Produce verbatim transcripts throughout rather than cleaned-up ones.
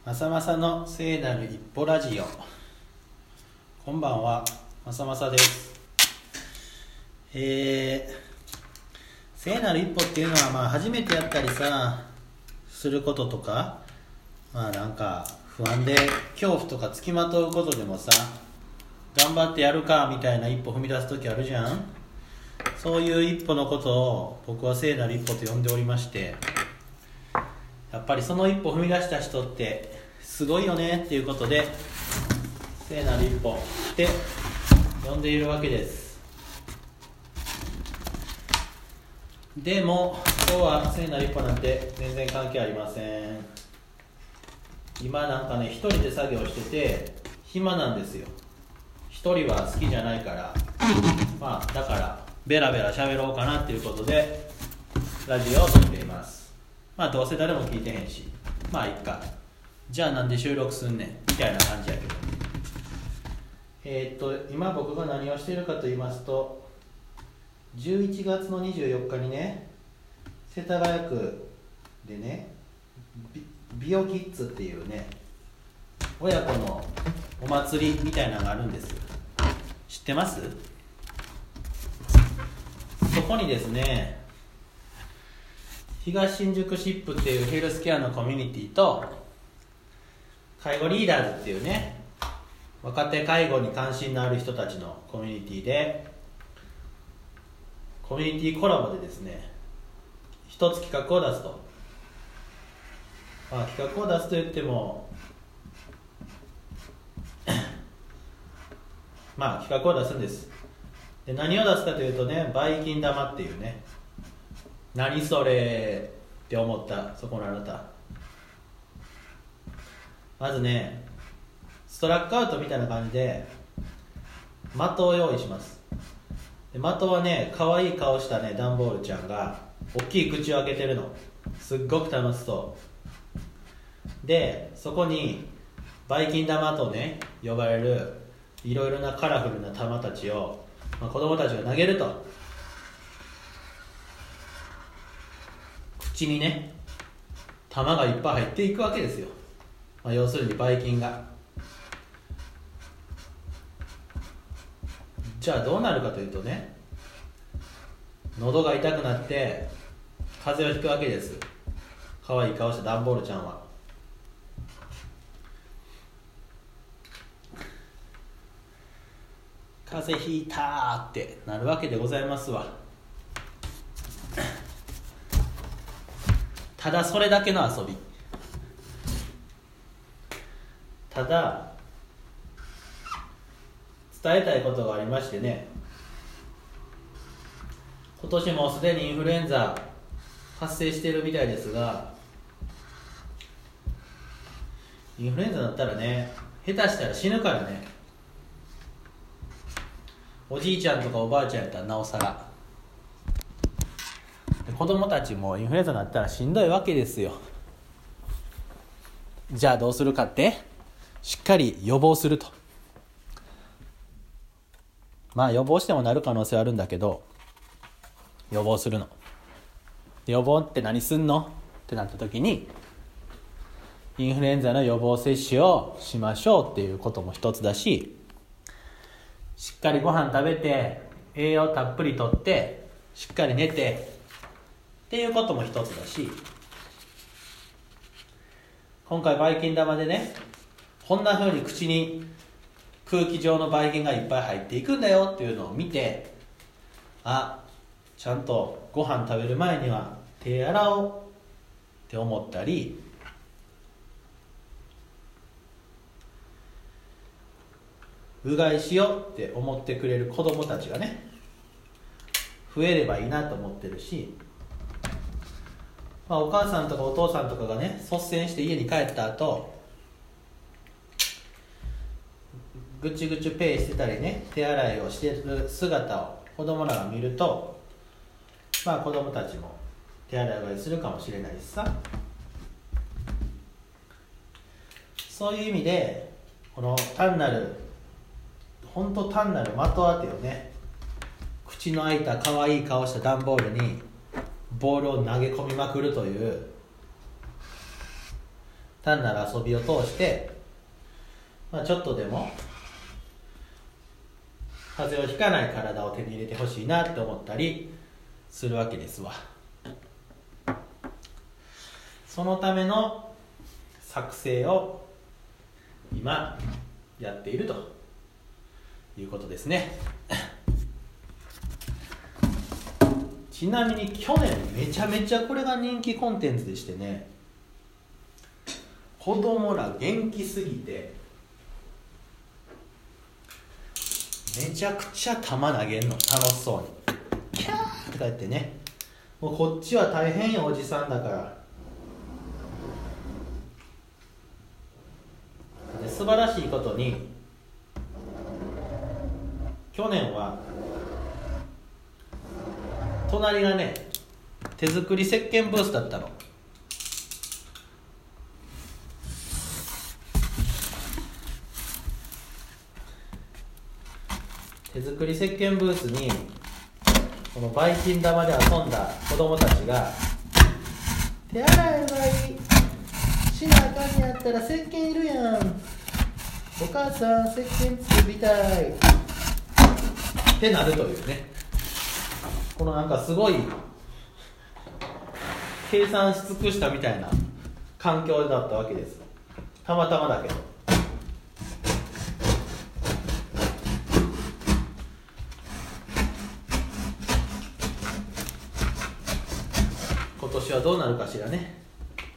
まさまさの聖なる一歩ラジオ。こんばんは、まさまさです。えー、聖なる一歩っていうのは、まあ初めてやったりさすることとか、まあなんか不安で恐怖とかつきまとうことでもさ、頑張ってやるかみたいな一歩踏み出す時あるじゃん。そういう一歩のことを僕は聖なる一歩と呼んでおりまして、やっぱりその一歩踏み出した人ってすごいよねっていうことで聖なる一歩って呼んでいるわけです。でも今日は聖なる一歩なんて全然関係ありません。今なんかね一人で作業してて暇なんですよ。一人は好きじゃないからまあだからベラベラ喋ろうかなっていうことでラジオを撮っています。まあどうせ誰も聞いてへんし、まあいっか。じゃあなんで収録すんねんみたいな感じやけど、えー、っと今僕が何をしているかと言いますと、じゅういちがつのにじゅうよっかにね、世田谷区でねビ、ビオキッズっていうね親子のお祭りみたいなのがあるんです。知ってます？そこにですね、東新宿シップっていうヘルスケアのコミュニティと介護リーダーズっていうね若手介護に関心のある人たちのコミュニティでコミュニティコラボでですね一つ企画を出すと、まあ、企画を出すと言ってもまあ企画を出すんです。で何を出すかというとね、バイキン玉っていうね、何それって思ったそこのあなた、まずねストラックアウトみたいな感じで的を用意します。で的はね可愛い顔したねダンボールちゃんが大きい口を開けてるの、すっごく楽しそうで、そこにバイキン玉とね呼ばれるいろいろなカラフルな玉たちを、まあ、子供たちが投げると、口にね玉がいっぱい入っていくわけですよ。まあ、要するにバイキンが。じゃあどうなるかというとね、喉が痛くなって風邪をひくわけです。可愛い顔したダンボールちゃんは。風邪ひいたーってなるわけでございますわ。ただそれだけの遊び。ただ伝えたいことがありましてね、今年もすでにインフルエンザ発生しているみたいですが、インフルエンザだったらね下手したら死ぬからね。おじいちゃんとかおばあちゃんやったらなおさらで、子供たちもインフルエンザになったらしんどいわけですよ。じゃあどうするかって、しっかり予防すると。まあ予防してもなる可能性はあるんだけど、予防するの。予防って何すんのってなった時に、インフルエンザの予防接種をしましょうっていうことも一つだし、しっかりご飯食べて栄養たっぷりとってしっかり寝てっていうことも一つだし、今回バイキン玉でねこんな風に口に空気状のバイキンがいっぱい入っていくんだよっていうのを見て、あ、ちゃんとご飯食べる前には手洗おうって思ったり、うがいしようって思ってくれる子供たちがね増えればいいなと思ってるし、まあ、お母さんとかお父さんとかがね率先して家に帰った後ぐちゅぐちゅペイしてたりね手洗いをしてる姿を子供らが見ると、まあ子供たちも手洗いうがいするかもしれないしさ、そういう意味でこの単なる本当単なる的当てをね、口の開いた可愛い顔した段ボールにボールを投げ込みまくるという単なる遊びを通して、まあ、ちょっとでも風邪をひかない体を手に入れてほしいなって思ったりするわけですわ。そのための作成を今やっているということですね。ちなみに去年めちゃめちゃこれが人気コンテンツでしてね、子供ら元気すぎてめちゃくちゃ球投げんの楽しそうにキャーとか言ってね、もうこっちは大変よおじさんだから。で素晴らしいことに去年は隣がね手作り石鹸ブースだったの。手作り石鹸ブースにこのばい菌玉で遊んだ子供たちが手洗いうがいしなあかんやったら石鹸いるやん、お母さん石鹸作りたいってなるというね、このなんかすごい計算し尽くしたみたいな環境だったわけです。たまたまだけど。今年はどうなるかしらね。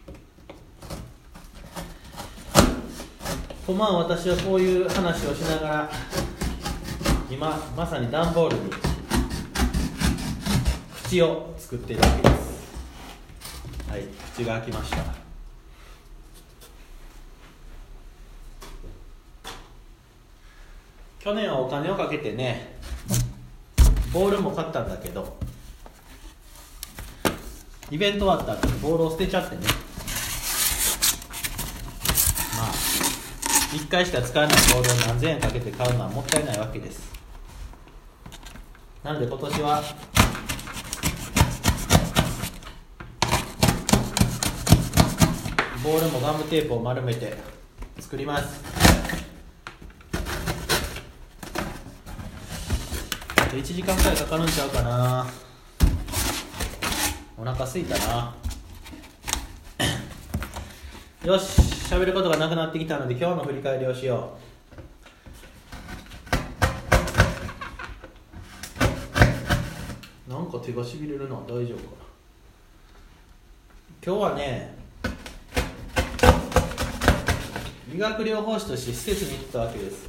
とまあ私はこういう話をしながら今まさに段ボールに口を作っているわけです。はい、口が開きました。去年はお金をかけてねボールも買ったんだけど、イベント終わった後にボールを捨てちゃってね、まあいっかいしか使わないボールを何千円かけて買うのはもったいないわけです。なので今年はボールもガムテープを丸めて作ります。いちじかんくらいかかるんちゃうかな。お腹すいたな。よし、喋ることがなくなってきたので今日の振り返りをしよう。なんか手がしびれるな。大丈夫かな。今日はね理学療法士として施設に行ったわけです。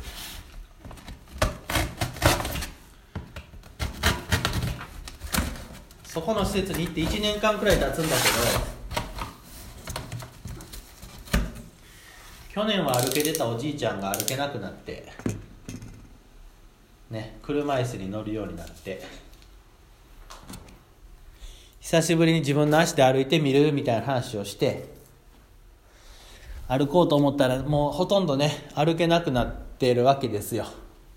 そこの施設に行っていちねんかんくらい経つんだけど、去年は歩けてたおじいちゃんが歩けなくなってね、車椅子に乗るようになって、久しぶりに自分の足で歩いてみるみたいな話をして、歩こうと思ったらもうほとんどね歩けなくなっているわけですよ。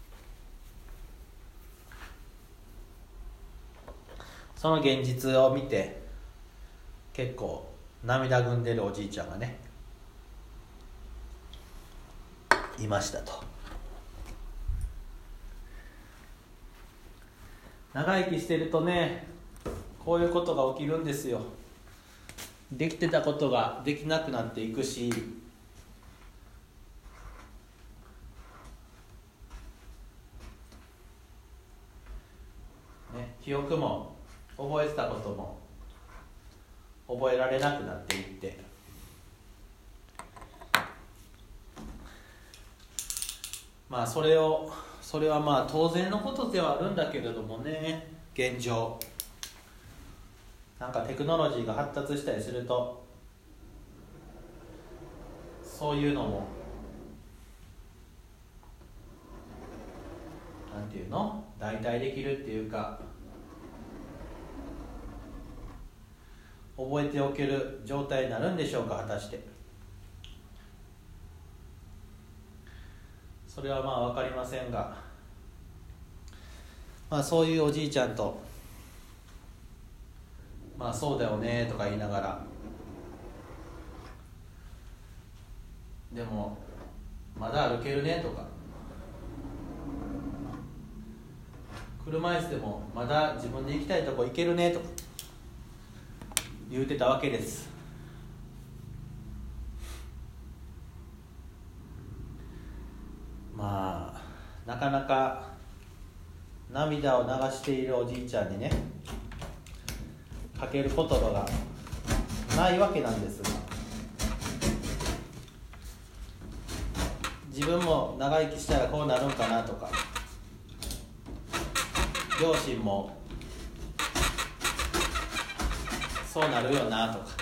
その現実を見て結構涙ぐんでるおじいちゃんがねいましたと。長生きしてるとねこういうことが起きるんですよ。できてたことができなくなっていくし、ね、記憶も覚えてたことも覚えられなくなっていって、まあそれをそれはまあ当然のことではあるんだけれどもね、現状なんかテクノロジーが発達したりするとそういうのもなんていうの代替できるっていうか覚えておける状態になるんでしょうか。果たしてそれはまあ分かりませんが、まあそういうおじいちゃんとまあそうだよねとか言いながらでもまだ歩けるねとか、車椅子でもまだ自分で行きたいとこ行けるねとか言うてたわけです。まあなかなか涙を流しているおじいちゃんにねかける言葉がないわけなんですが、自分も長生きしたらこうなるんかなとか、両親もそうなるよなとか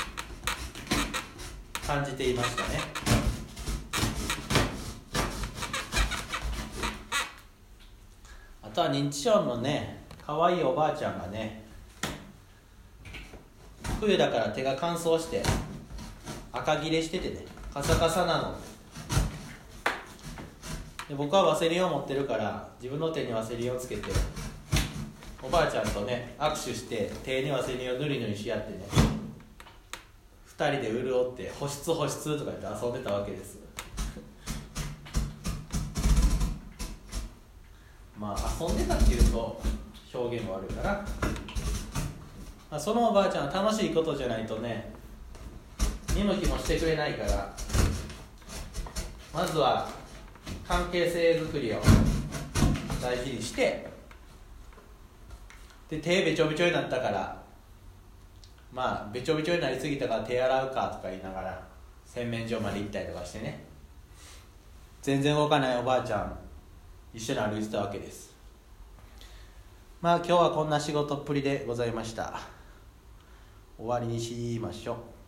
感じていましたね。あとは認知症のね可愛いおばあちゃんがね、冬だから手が乾燥して赤切れしててね、カサカサなので、僕はワセリンを持ってるから自分の手にワセリンをつけておばあちゃんとね握手して手にワセリンを塗り塗りし合ってね、ふたりで潤って保湿保湿とか言って遊んでたわけです。まあ遊んでたっていうと表現が悪いから、まあ、そのおばあちゃんは楽しいことじゃないとね見向きもしてくれないから、まずは関係性づくりを大事にして、で手べちょべちょになったから、まあべちょべちょになりすぎたから手洗うかとか言いながら洗面所まで行ったりとかしてね、全然動かないおばあちゃん一緒に歩いてたわけです。まあ今日はこんな仕事っぷりでございました。終わりにしましょう。